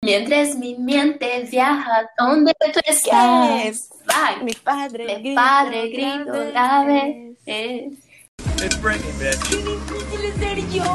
Mientras mi mente viaja, ¿dónde tú estás? Vai! Mi padre Mi padre grito otra vez. Let's bring it, bitch. ¡Qué difícil es ser yo!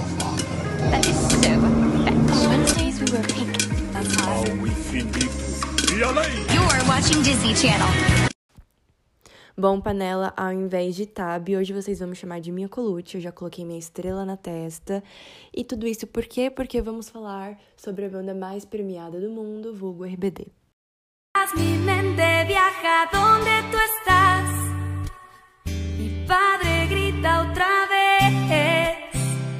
Wednesdays we wear pink. That's hot. We finito. Violei! You're watching Disney Channel. Bom, panela, ao invés de Tab, hoje vocês vão me chamar de Mia Colucci. Eu já coloquei minha estrela na testa. E tudo isso por quê? Porque vamos falar sobre a banda mais premiada do mundo, vulgo RBD. Mi mente viaja donde tú estás. Mi padre grita otra vez.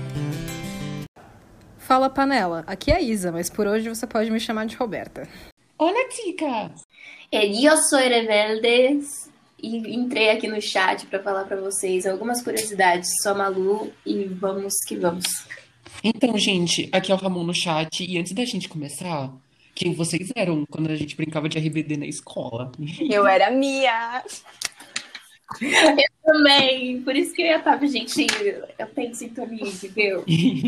Fala, panela. Aqui é a Isa, mas por hoje você pode me chamar de Roberta. Hola, chicas! Eu sou Rebelde e entrei aqui no chat para falar para vocês algumas curiosidades. Sou a Malu e vamos que vamos. Então, gente, aqui é o Ramon no chat. E antes da gente começar, quem vocês eram quando a gente brincava de RBD na escola? Eu era Mia! Eu também, por isso que eu tava, gente, eu tenho sintonia, entendeu?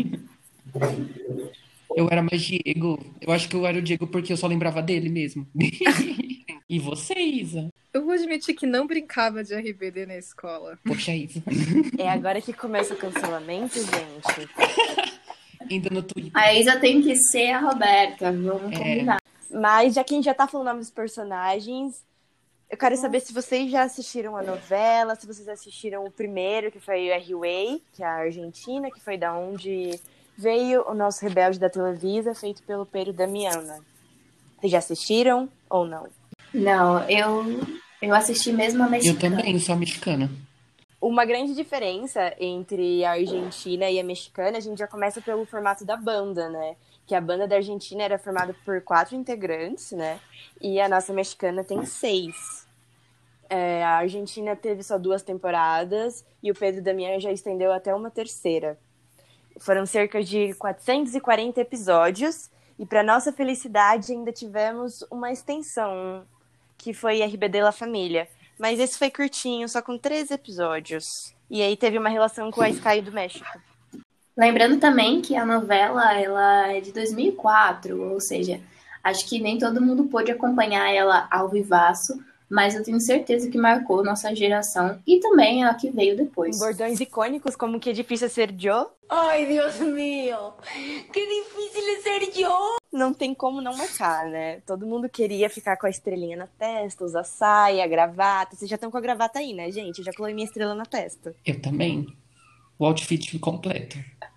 Eu era mais Diego. Eu acho que eu era o Diego porque eu só lembrava dele mesmo. E você, Isa? Eu vou admitir que não brincava de RBD na escola. Poxa, Isa. É agora que começa o cancelamento, gente. Ainda no Twitter. A Isa tem que ser a Roberta, vamos combinar. Mas já que a gente já tá falando o nome dos personagens, eu quero saber se vocês já assistiram a novela, se vocês assistiram o primeiro, que foi o R-Way, que é a Argentina, que foi da onde veio o nosso Rebelde da Televisa, feito pelo Pedro Damiana. Vocês já assistiram ou não? Não, eu assisti mesmo a Eu mexicana. também sou mexicana. Uma grande diferença entre a Argentina e a mexicana, a gente já começa pelo formato da banda, né? Que a banda da Argentina era formada por 4 integrantes, né? E a nossa mexicana tem 6. A Argentina teve só 2 temporadas e o Pedro Damián já estendeu até uma terceira. Foram cerca de 440 episódios e, para nossa felicidade, ainda tivemos uma extensão, que foi RBD La Família. Mas esse foi curtinho, só com 3 episódios. E aí teve uma relação com a Sky do México. Lembrando também que a novela, ela é de 2004, ou seja, acho que nem todo mundo pôde acompanhar ela ao vivaço, mas eu tenho certeza que marcou nossa geração e também a que veio depois. Bordões icônicos, como que é difícil ser Joe. ¡Ay, Dios mío! ¡Qué difícil es ser yo! Não tem como não marcar, né? Todo mundo queria ficar com a estrelinha na testa, usar saia, gravata. Vocês já estão com a gravata aí, né, gente? Eu já coloquei minha estrela na testa. Eu também. O outfit completo.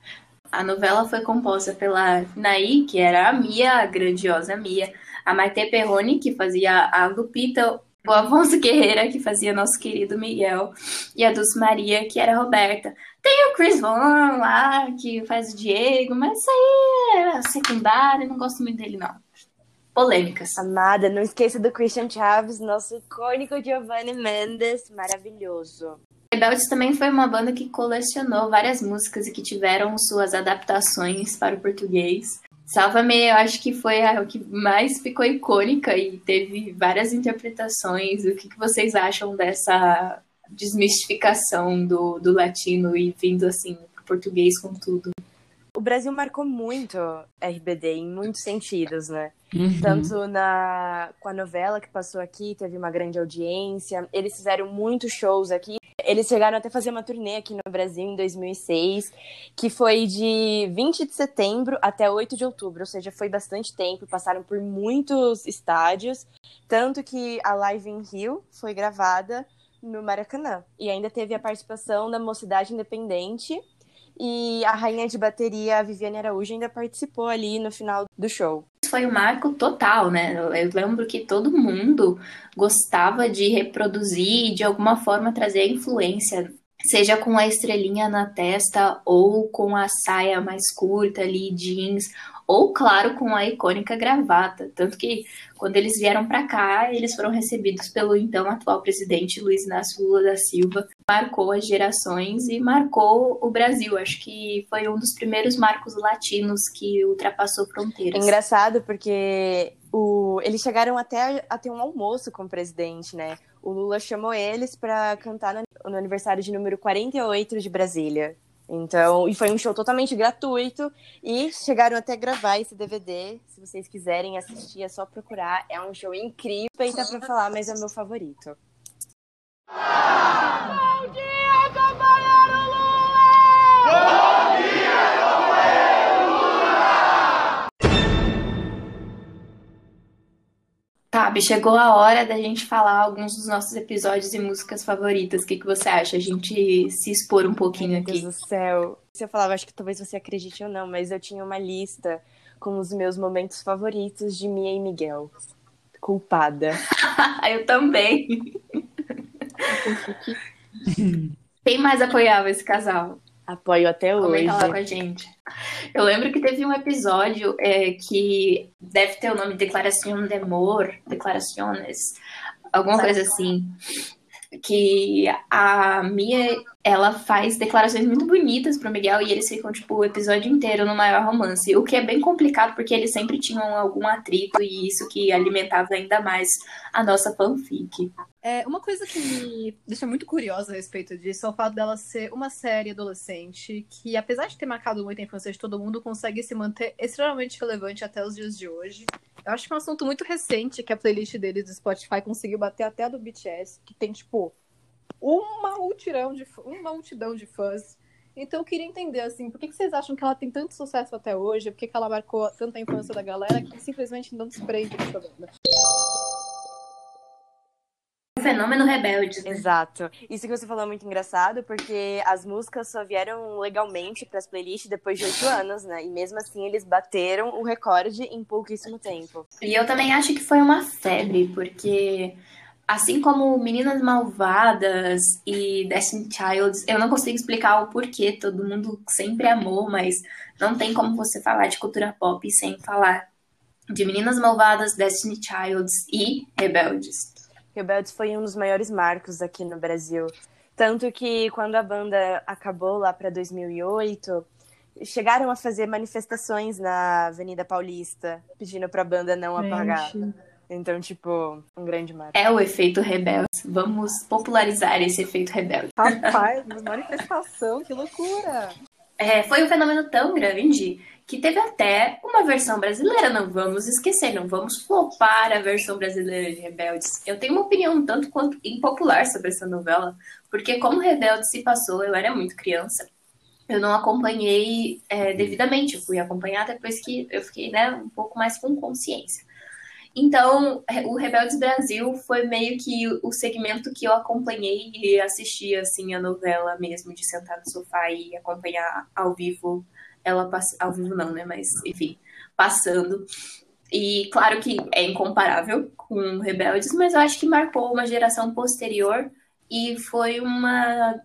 A novela foi composta pela Naí, que era a Mia, a grandiosa Mia, a Maite Perroni, que fazia a Lupita, o Afonso Guerreira, que fazia nosso querido Miguel, e a Dulce Maria, que era a Roberta. Tem o Chris Von lá, que faz o Diego, mas isso aí é secundário, não gosto muito dele, não. Polêmicas. Amada, não esqueça do Christian Chaves, nosso icônico Giovanni Mendes, maravilhoso. Rebeldes também foi uma banda que colecionou várias músicas e que tiveram suas adaptações para o português. Salva-me, eu acho que foi a que mais ficou icônica e teve várias interpretações. O que vocês acham dessa desmistificação do latino e vindo assim pro português com tudo? O Brasil marcou muito RBD em muitos sentidos, né? Uhum. Tanto com a novela que passou aqui, teve uma grande audiência. Eles fizeram muitos shows aqui. Eles chegaram até a fazer uma turnê aqui no Brasil em 2006, que foi de 20 de setembro até 8 de outubro, ou seja, foi bastante tempo, passaram por muitos estádios, tanto que a Live in Rio foi gravada no Maracanã. E ainda teve a participação da Mocidade Independente, e a rainha de bateria, a Viviane Araújo, ainda participou ali no final do show. Foi um marco total, né? Eu lembro que todo mundo gostava de reproduzir e de alguma forma trazer a influência, seja com a estrelinha na testa ou com a saia mais curta ali, jeans, ou claro, com a icônica gravata. Tanto que quando eles vieram para cá, eles foram recebidos pelo então atual presidente Luiz Inácio Lula da Silva. Marcou as gerações e marcou o Brasil. Acho que foi um dos primeiros marcos latinos que ultrapassou fronteiras. É engraçado porque eles chegaram até a ter um almoço com o presidente, né? O Lula chamou eles para cantar no aniversário de número 48 de Brasília. Então, e foi um show totalmente gratuito e chegaram até a gravar esse DVD. Se vocês quiserem assistir, é só procurar. É um show incrível, suspeita pra falar, mas é o meu favorito. Bom dia, companheiro Lula! Bom dia, companheiro Lula! Tabi, chegou a hora da gente falar alguns dos nossos episódios e músicas favoritas. O que você acha? A gente se expor um pouquinho Meu aqui. Deus do céu. Se eu falava, acho que talvez você acredite ou não, mas eu tinha uma lista com os meus momentos favoritos de Mia e Miguel. Culpada. Eu também. Quem mais apoiava esse casal? Apoio até hoje. Comenta lá com a gente. Eu lembro que teve um episódio que deve ter o nome Declaração de Amor, Declaraciones, alguma coisa assim, que a Mia, ela faz declarações muito bonitas pro Miguel e eles ficam, tipo, o episódio inteiro no maior romance, o que é bem complicado porque eles sempre tinham algum atrito e isso que alimentava ainda mais a nossa fanfic. Uma coisa que me deixa muito curiosa a respeito disso é o fato dela ser uma série adolescente que, apesar de ter marcado muito a infância de todo mundo, consegue se manter extremamente relevante até os dias de hoje. Eu acho que é um assunto muito recente que a playlist deles do Spotify conseguiu bater até a do BTS, que tem, tipo, uma multidão de fãs. Então eu queria entender, assim, por que vocês acham que ela tem tanto sucesso até hoje? Por que ela marcou tanta infância da galera que simplesmente não desprende dessa banda? Fenômeno Rebeldes, né? Exato. Isso que você falou é muito engraçado, porque as músicas só vieram legalmente pras playlists depois de 8 anos, né? E mesmo assim eles bateram o recorde em pouquíssimo tempo. E eu também acho que foi uma febre, porque assim como Meninas Malvadas e Destiny Child, eu não consigo explicar o porquê, todo mundo sempre amou, mas não tem como você falar de cultura pop sem falar de Meninas Malvadas, Destiny Child e Rebeldes. Rebeldes foi um dos maiores marcos aqui no Brasil. Tanto que quando a banda acabou lá para 2008, chegaram a fazer manifestações na Avenida Paulista, pedindo pra banda não apagar. Então, tipo, um grande marco. É o efeito Rebeldes. Vamos popularizar esse efeito Rebelde. Rapaz, manifestação, que loucura! Foi um fenômeno tão grande que teve até uma versão brasileira. Não vamos esquecer, não vamos flopar a versão brasileira de Rebeldes. Eu tenho uma opinião um tanto quanto impopular sobre essa novela, porque como Rebeldes se passou, eu era muito criança. Eu não acompanhei devidamente, eu fui acompanhar depois que eu fiquei, né, um pouco mais com consciência. Então, o Rebeldes Brasil foi meio que o segmento que eu acompanhei e assisti, assim, a novela mesmo, de sentar no sofá e acompanhar ao vivo. Ao vivo não, né? Mas, enfim, passando. E claro que é incomparável com Rebeldes, mas eu acho que marcou uma geração posterior e foi uma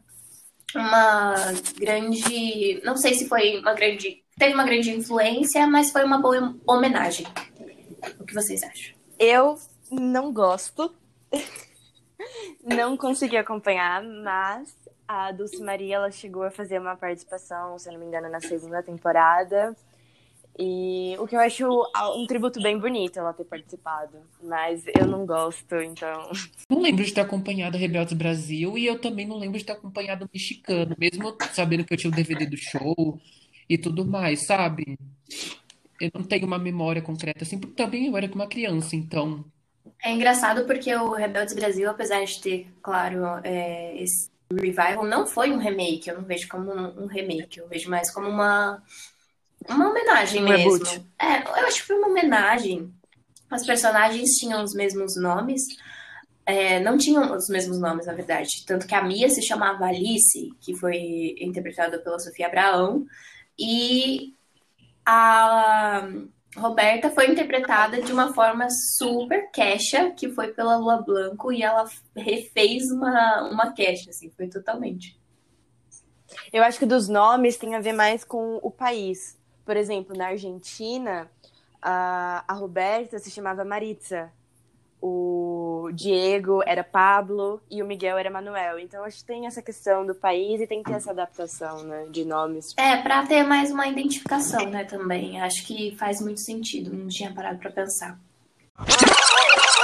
grande... Não sei se foi uma grande... Teve uma grande influência, mas foi uma boa homenagem. O que vocês acham? Eu não gosto. Não consegui acompanhar, mas a Dulce Maria, ela chegou a fazer uma participação, se eu não me engano, na 2ª temporada. E o que eu acho um tributo bem bonito ela ter participado. Mas eu não gosto, então... Não lembro de ter acompanhado Rebeldes Brasil e eu também não lembro de ter acompanhado o Mexicano, mesmo sabendo que eu tinha o DVD do show e tudo mais, sabe? Eu não tenho uma memória concreta, assim, porque também eu era uma criança, então... É engraçado porque o Rebeldes Brasil, apesar de ter, claro, esse revival, não foi um remake. Eu não vejo como um remake, eu vejo mais como uma homenagem mesmo. Reboot. Eu acho que foi uma homenagem. As personagens tinham os mesmos nomes. Não tinham os mesmos nomes, na verdade. Tanto que a Mia se chamava Alice, que foi interpretada pela Sofia Abraão, e a Roberta foi interpretada de uma forma super queixa, que foi pela Lua Blanco, e ela refez uma queixa, assim, foi totalmente. Eu acho que dos nomes tem a ver mais com o país. Por exemplo, na Argentina, a Roberta se chamava Maritza. O Diego era Pablo e o Miguel era Manuel. Então, acho que tem essa questão do país e tem que ter essa adaptação, né, de nomes. Pra ter mais uma identificação, né, também. Acho que faz muito sentido, não tinha parado pra pensar.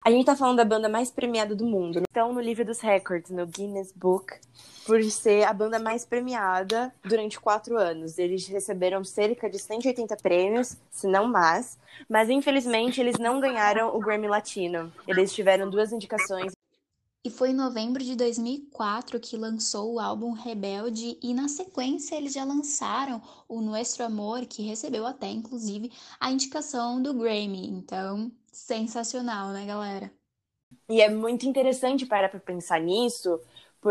A gente tá falando da banda mais premiada do mundo. Então, no livro dos records, no Guinness Book, por ser a banda mais premiada durante 4 anos. Eles receberam cerca de 180 prêmios, se não mais. Mas, infelizmente, eles não ganharam o Grammy Latino. Eles tiveram 2 indicações. E foi em novembro de 2004 que lançou o álbum Rebelde e na sequência eles já lançaram o Nuestro Amor, que recebeu até inclusive a indicação do Grammy. Então, sensacional, né, galera? E é muito interessante parar para pensar nisso,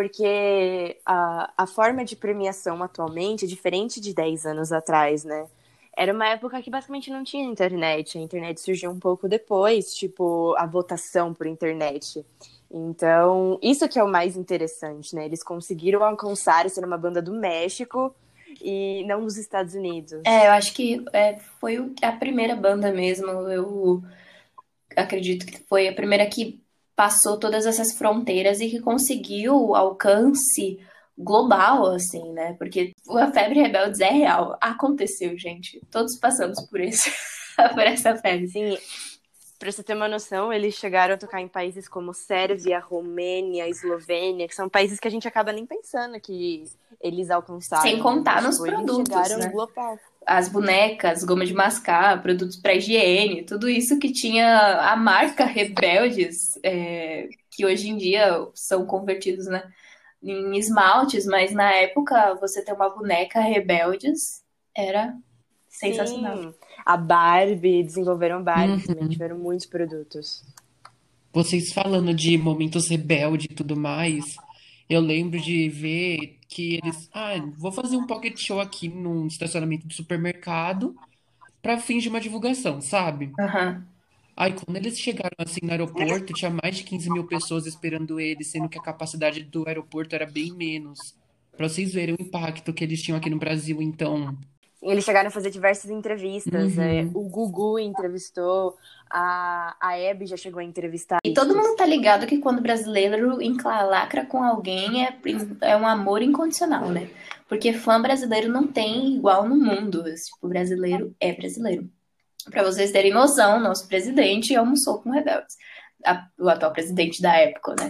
porque a forma de premiação atualmente é diferente de 10 anos atrás, né? Era uma época que basicamente não tinha internet. A internet surgiu um pouco depois, tipo, a votação por internet. Então, isso que é o mais interessante, né? Eles conseguiram alcançar ser uma banda do México e não dos Estados Unidos. Eu acho que foi a primeira banda mesmo. Eu acredito que foi a primeira que passou todas essas fronteiras e que conseguiu alcance global, assim, né? Porque a febre Rebeldes é real. Aconteceu, gente. Todos passamos por isso, por essa febre. Sim. Pra você ter uma noção, eles chegaram a tocar em países como Sérvia, Romênia, Eslovênia, que são países que a gente acaba nem pensando que eles alcançaram. Sem contar nos Eles produtos, chegaram né? global. As bonecas, goma de mascar, produtos para higiene, tudo isso que tinha a marca Rebeldes, que hoje em dia são convertidos, né, em esmaltes, mas na época você ter uma boneca Rebeldes era sensacional. Sim. A Barbie, desenvolveram Barbie também, tiveram muitos produtos. Vocês falando de momentos rebelde e tudo mais, eu lembro de ver que eles, vou fazer um pocket show aqui num estacionamento de supermercado para fins de uma divulgação, sabe? Aham. Aí quando eles chegaram assim no aeroporto, tinha mais de 15 mil pessoas esperando eles, sendo que a capacidade do aeroporto era bem menos. Pra vocês verem o impacto que eles tinham aqui no Brasil, então. Eles chegaram a fazer diversas entrevistas. O Gugu entrevistou, a Hebe já chegou a entrevistar. E todo mundo tá ligado que quando o brasileiro encalacra com alguém é um amor incondicional, né? Porque fã brasileiro não tem igual no mundo. Tipo, brasileiro é brasileiro. Pra vocês terem noção, nosso presidente almoçou com rebeldes. O atual presidente da época, né?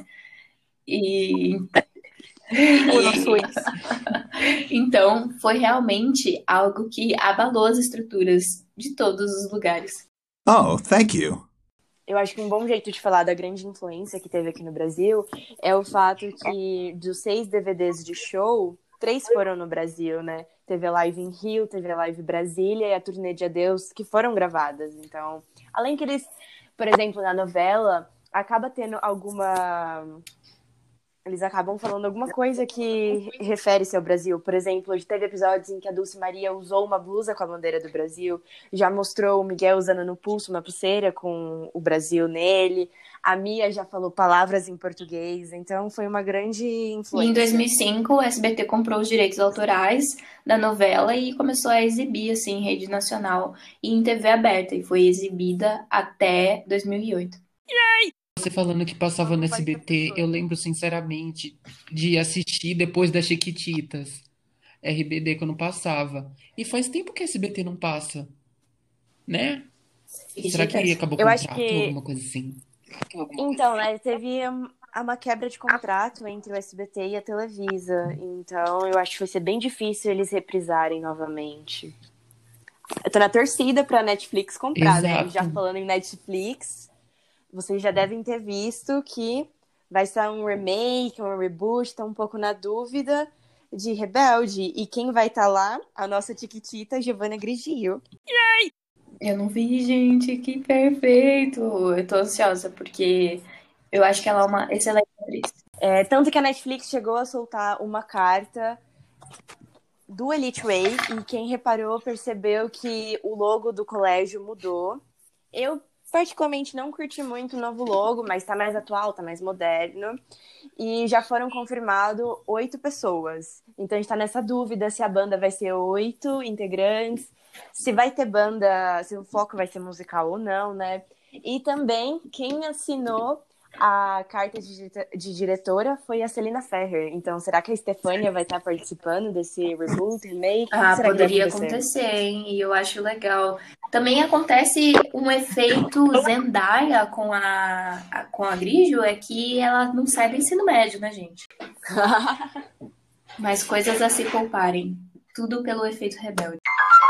Então, foi realmente algo que abalou as estruturas de todos os lugares. Oh, thank you. Eu acho que um bom jeito de falar da grande influência que teve aqui no Brasil é o fato que dos 6 DVDs de show, 3 foram no Brasil, né? Teve a live em Rio, teve a live em Brasília e a turnê de Adeus, que foram gravadas. Então, além que eles, por exemplo, na novela, acaba tendo alguma... Eles acabam falando alguma coisa que refere-se ao Brasil. Por exemplo, teve episódios em que a Dulce Maria usou uma blusa com a bandeira do Brasil. Já mostrou o Miguel usando no pulso uma pulseira com o Brasil nele. A Mia já falou palavras em português. Então, foi uma grande influência. E em 2005, o SBT comprou os direitos autorais da novela e começou a exibir assim, em rede nacional e em TV aberta. E foi exibida até 2008. Você falando que passava no SBT, eu lembro sinceramente de assistir depois das Chiquititas, RBD quando passava. E faz tempo que SBT não passa, né? Será que acabou o Eu acho contrato, que... alguma coisa assim? Então, né, teve uma quebra de contrato entre o SBT e a Televisa. Então, eu acho que vai ser bem difícil eles reprisarem novamente. Eu tô na torcida pra Netflix comprar, né? Exato. Já falando em Netflix... Vocês já devem ter visto que vai ser um remake, um reboot, tá um pouco na dúvida de Rebelde. E quem vai estar lá? A nossa Chiquitita, Giovanna Grigio. Eu não vi, gente, que perfeito! Eu tô ansiosa, porque eu acho que ela é uma excelente atriz. Tanto que a Netflix chegou a soltar uma carta do Elite Way, e quem reparou percebeu que o logo do colégio mudou. Eu particularmente não curti muito o novo logo, mas tá mais atual, tá mais moderno. E já foram confirmados 8 pessoas. Então a gente tá nessa dúvida se a banda vai ser 8 integrantes, se vai ter banda, se o foco vai ser musical ou não, né? E também quem assinou a carta de diretora foi a Celina Ferrer. Então, será que a Stefania vai estar participando desse reboot, remake? Será Poderia que vai acontecer, hein? E eu acho legal. Também acontece um efeito Zendaya com a Grigio, é que ela não sai do ensino médio, né, gente? Mas coisas a se pouparem. Tudo pelo efeito Rebelde.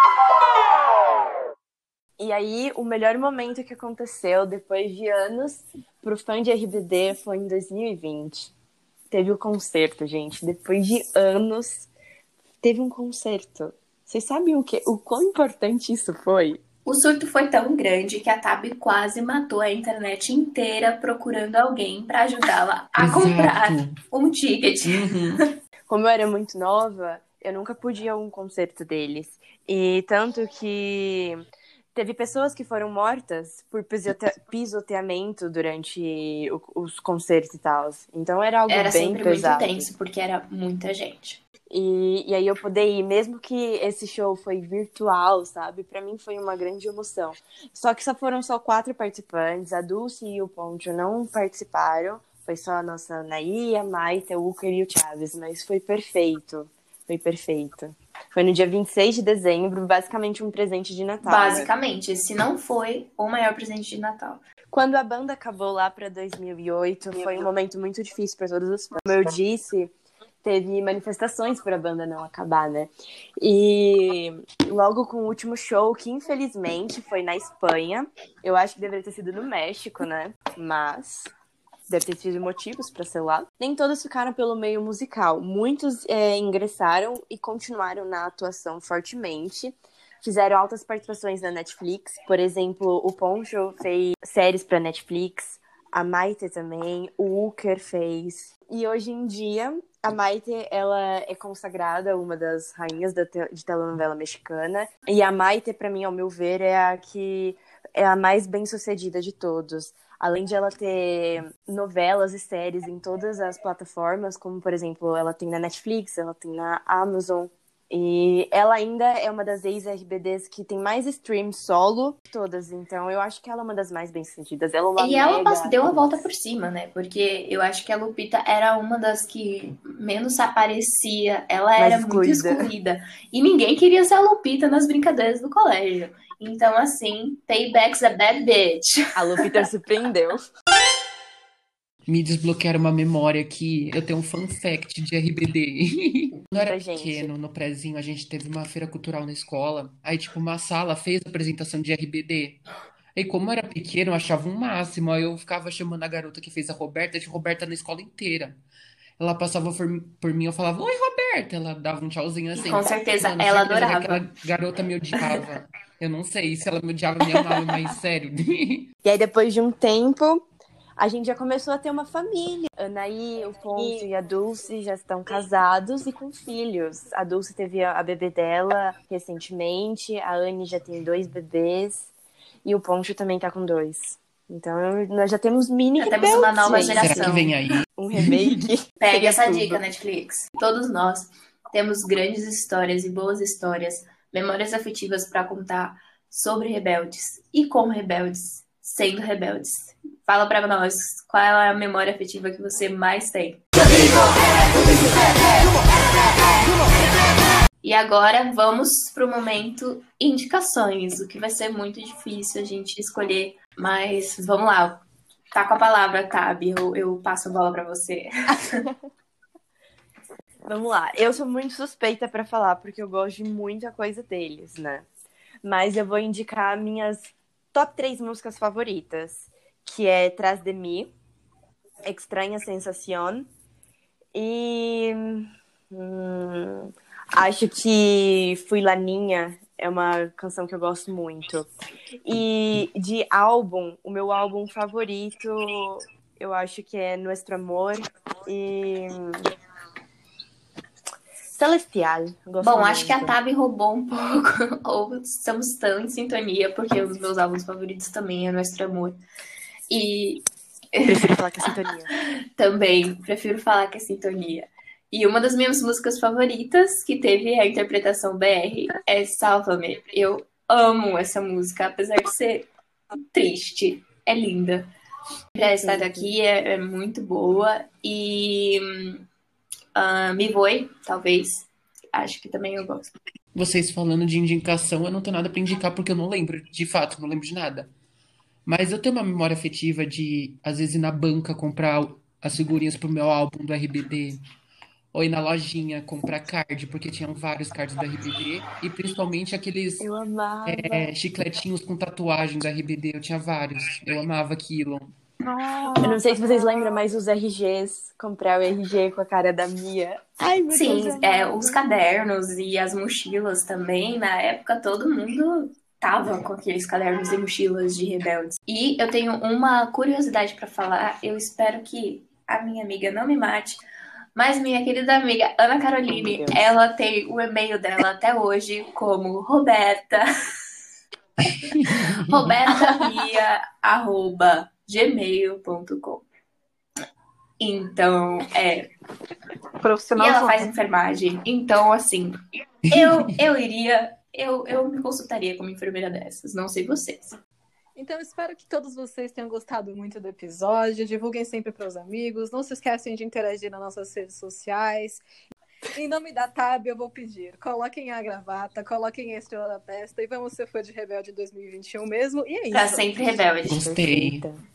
E aí, o melhor momento que aconteceu depois de anos pro fã de RBD foi em 2020. Teve o concerto, gente. Depois de anos, teve um concerto. Vocês sabem o quão importante isso foi? O surto foi tão grande que a Tab quase matou a internet inteira procurando alguém para ajudá-la a comprar um ticket. Como eu era muito nova, eu nunca pude ir a um concerto deles. E tanto que teve pessoas que foram mortas por pisoteamento durante os concertos e tal. Então era algo Era bem sempre pesado. muito tenso, porque era muita gente. E aí eu poder ir, mesmo que esse show foi virtual, sabe? Pra mim foi uma grande emoção. Só que foram só 4 participantes, a Dulce e o Poncho não participaram. Foi só a nossa Anaí, a Maite, o Uker e o Chaves, mas foi perfeito. Foi perfeito. Foi no dia 26 de dezembro, basicamente um presente de Natal. Basicamente, se não foi o maior presente de Natal. Quando a banda acabou lá pra 2008, foi um momento muito difícil pra todos os fãs. Como eu disse, teve manifestações para a banda não acabar, né? E logo com o último show, que infelizmente foi na Espanha, eu acho que deveria ter sido no México, né? Mas deve ter tido motivos para ser lá. Nem todos ficaram pelo meio musical. Muitos ingressaram e continuaram na atuação fortemente. Fizeram altas participações na Netflix. Por exemplo, o Poncho fez séries para Netflix. A Maite também. O Uker fez. E hoje em dia, a Maite, ela é consagrada uma das rainhas de telenovela mexicana. E a Maite, pra mim, ao meu ver, é a que é a mais bem-sucedida de todos. Além de ela ter novelas e séries em todas as plataformas, como, por exemplo, ela tem na Netflix, ela tem na Amazon. E ela ainda é uma das ex-RBDs que tem mais streams solo de todas. Então, eu acho que ela é uma das mais bem-sucedidas. E ela deu a volta por cima, né? Porque eu acho que a Lupita era uma das que menos aparecia. Ela era muito excluída. E ninguém queria ser a Lupita nas brincadeiras do colégio. Então, assim, payback's a bad bitch. A Lupita surpreendeu. Me desbloquearam uma memória aqui. Eu tenho um fun fact de RBD. Quando eu era pequeno, no prézinho, a gente teve uma feira cultural na escola. Aí, tipo, uma sala fez a apresentação de RBD. Aí, como eu era pequeno, eu achava um máximo. Aí eu ficava chamando a garota que fez a Roberta de Roberta na escola inteira. Ela passava por mim, eu falava, oi, Roberta. Ela dava um tchauzinho assim. E com certeza, Mano, ela certeza adorava. que aquela garota me odiava. Eu não sei se ela me odiava ou me amava, mas sério. E aí, depois de um tempo, a gente já começou a ter uma família. A Anaí, o Poncho e a Dulce já estão casados e com filhos. A Dulce teve a bebê dela recentemente, a Anne já tem 2 bebês e o Poncho também tá com 2. Então, nós já temos mini Já temos uma nova Será geração. que vem aí? Um remake. Pegue essa dica, Netflix. Todos nós temos grandes histórias e boas histórias, memórias afetivas para contar sobre rebeldes e com rebeldes, sendo rebeldes. Fala pra nós, qual é a memória afetiva que você mais tem? E agora vamos pro momento indicações, o que vai ser muito difícil a gente escolher, mas vamos lá. Tá com a palavra, Tabi, eu passo a bola pra você. Vamos lá. Eu sou muito suspeita pra falar, porque eu gosto de muita coisa deles, né? Mas eu vou indicar minhas top 3 músicas favoritas, que é Tras de Mí, Extraña Sensación e acho que Fui La Niña é uma canção que eu gosto muito. E de álbum, o meu álbum favorito, eu acho que é Nuestro Amor e Celestial. Bom, acho que a Tabi roubou um pouco, ou estamos tão em sintonia, porque os meus álbuns favoritos também é Nuestro Amor. E prefiro falar que é sintonia. Também, prefiro falar que é sintonia. E uma das minhas músicas favoritas, que teve a interpretação BR, é Sálvame. Eu amo essa música, apesar de ser triste. É linda. Já estar aqui é muito boa. E Me Voy, talvez. Acho que também eu gosto. Vocês falando de indicação, eu não tenho nada pra indicar porque eu não lembro, de fato, não lembro de nada. Mas eu tenho uma memória afetiva de, às vezes, ir na banca comprar as figurinhas pro meu álbum do RBD, ou ir na lojinha comprar card, porque tinham vários cards do RBD, e principalmente aqueles Eu amava. chicletinhos com tatuagem do RBD, eu tinha vários. Eu amava aquilo. Eu não sei se vocês lembram, mas os RGs, comprar o RG com a cara da Mia. Ai, meu Deus, Sim, eu amava. os cadernos e as mochilas também, na época todo mundo tava com aqueles cadernos e mochilas de rebeldes. E eu tenho uma curiosidade pra falar, eu espero que a minha amiga não me mate, mas minha querida amiga Ana Caroline, Meu Deus. ela tem o e-mail dela até hoje como Roberta, robertamia@gmail.com. Então, e Profissional ela só. faz enfermagem. Então, assim, eu me consultaria como enfermeira dessas. Não sei vocês. Então, espero que todos vocês tenham gostado muito do episódio. Divulguem sempre para os amigos. Não se esquecem de interagir nas nossas redes sociais. Em nome da Tab, eu vou pedir. Coloquem a gravata, coloquem a estrela na testa e vamos ser fã de Rebelde em 2021 mesmo. E é isso. Pra sempre rebelde. Gostei. Perfeita.